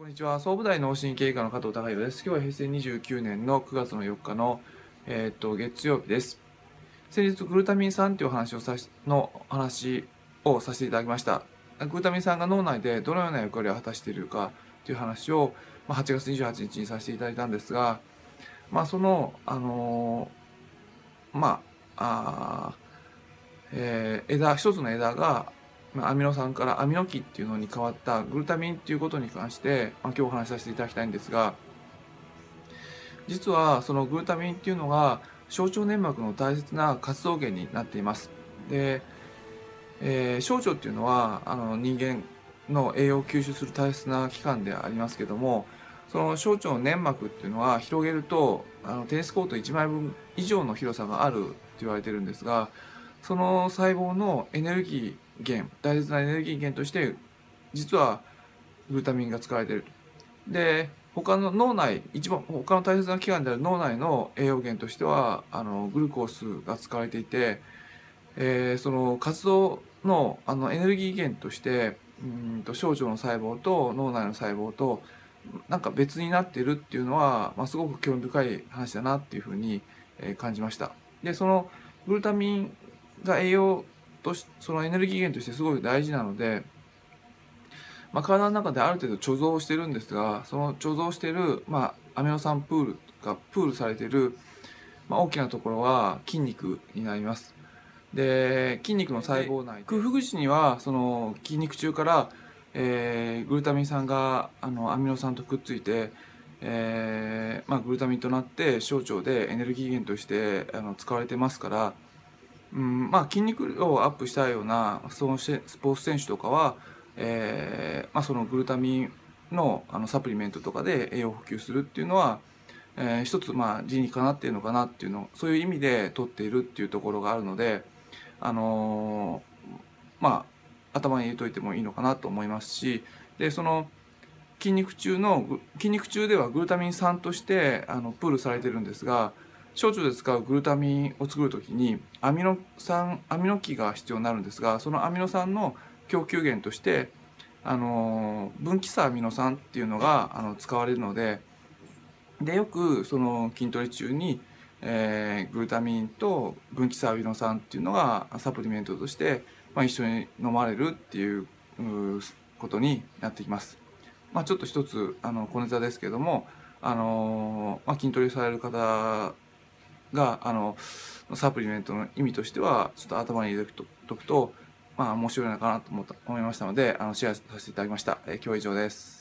こんにちは。総武大脳神経科の加藤孝弘です。今日は平成29年の9月の4日の、月曜日です。先日、グルタミン酸という話をさせていただきました。グルタミン酸が脳内でどのような役割を果たしているかという話を、8月28日にさせていただいたんですが、その、まあ、一つの枝がアミノ酸からアミノ基っていうのに変わったグルタミンっていうことに関して、今日お話しさせていただきたいんですが、実はそのグルタミンっていうのが小腸粘膜の大切な活動源になっています。で、小腸っていうのは人間の栄養を吸収する大切な器官でありますけども、その小腸の粘膜っていうのは広げるとテニスコート1枚分以上の広さがあると言われてるんですが、その細胞のエネルギー源、大切なエネルギー源として実はグルタミンが使われている。で、他の脳内、他の大切な器官である脳内の栄養源としてはグルコースが使われていて、その活動のエネルギー源として小腸の細胞と脳内の細胞となんか別になっているっていうのは、すごく興味深い話だなっていうふうに感じました。で、そのグルタミンが栄養としそのエネルギー源としてすごい大事なので、体の中である程度貯蔵してるんですが、その貯蔵している、アミノ酸プールがプールされている、大きなところは筋肉になります。で、筋肉の細胞内で空腹時にはその筋肉中から、グルタミン酸がアミノ酸とくっついて、グルタミンとなって小腸でエネルギー源として使われてますから、筋肉量をアップしたようなそのスポーツ選手とかは、そのグルタミンのサプリメントとかで栄養補給するっていうのは、一つ理にかなっているのかなっていうの、そういう意味で取っているっていうところがあるので、あのま頭に入れといてもいいのかなと思いますし、でその筋肉中ではグルタミン酸としてプールされてるんですが、小腸で使うグルタミンを作るときにアミノ基が必要になるんですが、そのアミノ酸の供給源として分岐差アミノ酸っていうのが使われるので、よくその筋トレ中に、グルタミンと分岐差アミノ酸っていうのがサプリメントとして、一緒に飲まれるっていうことになってきます。ちょっと一つ小ネタですけども、筋トレされる方がサプリメントの意味としてはちょっと頭に入れておくと、面白いのかなと思いましたのでシェアさせていただきました。今日は以上です。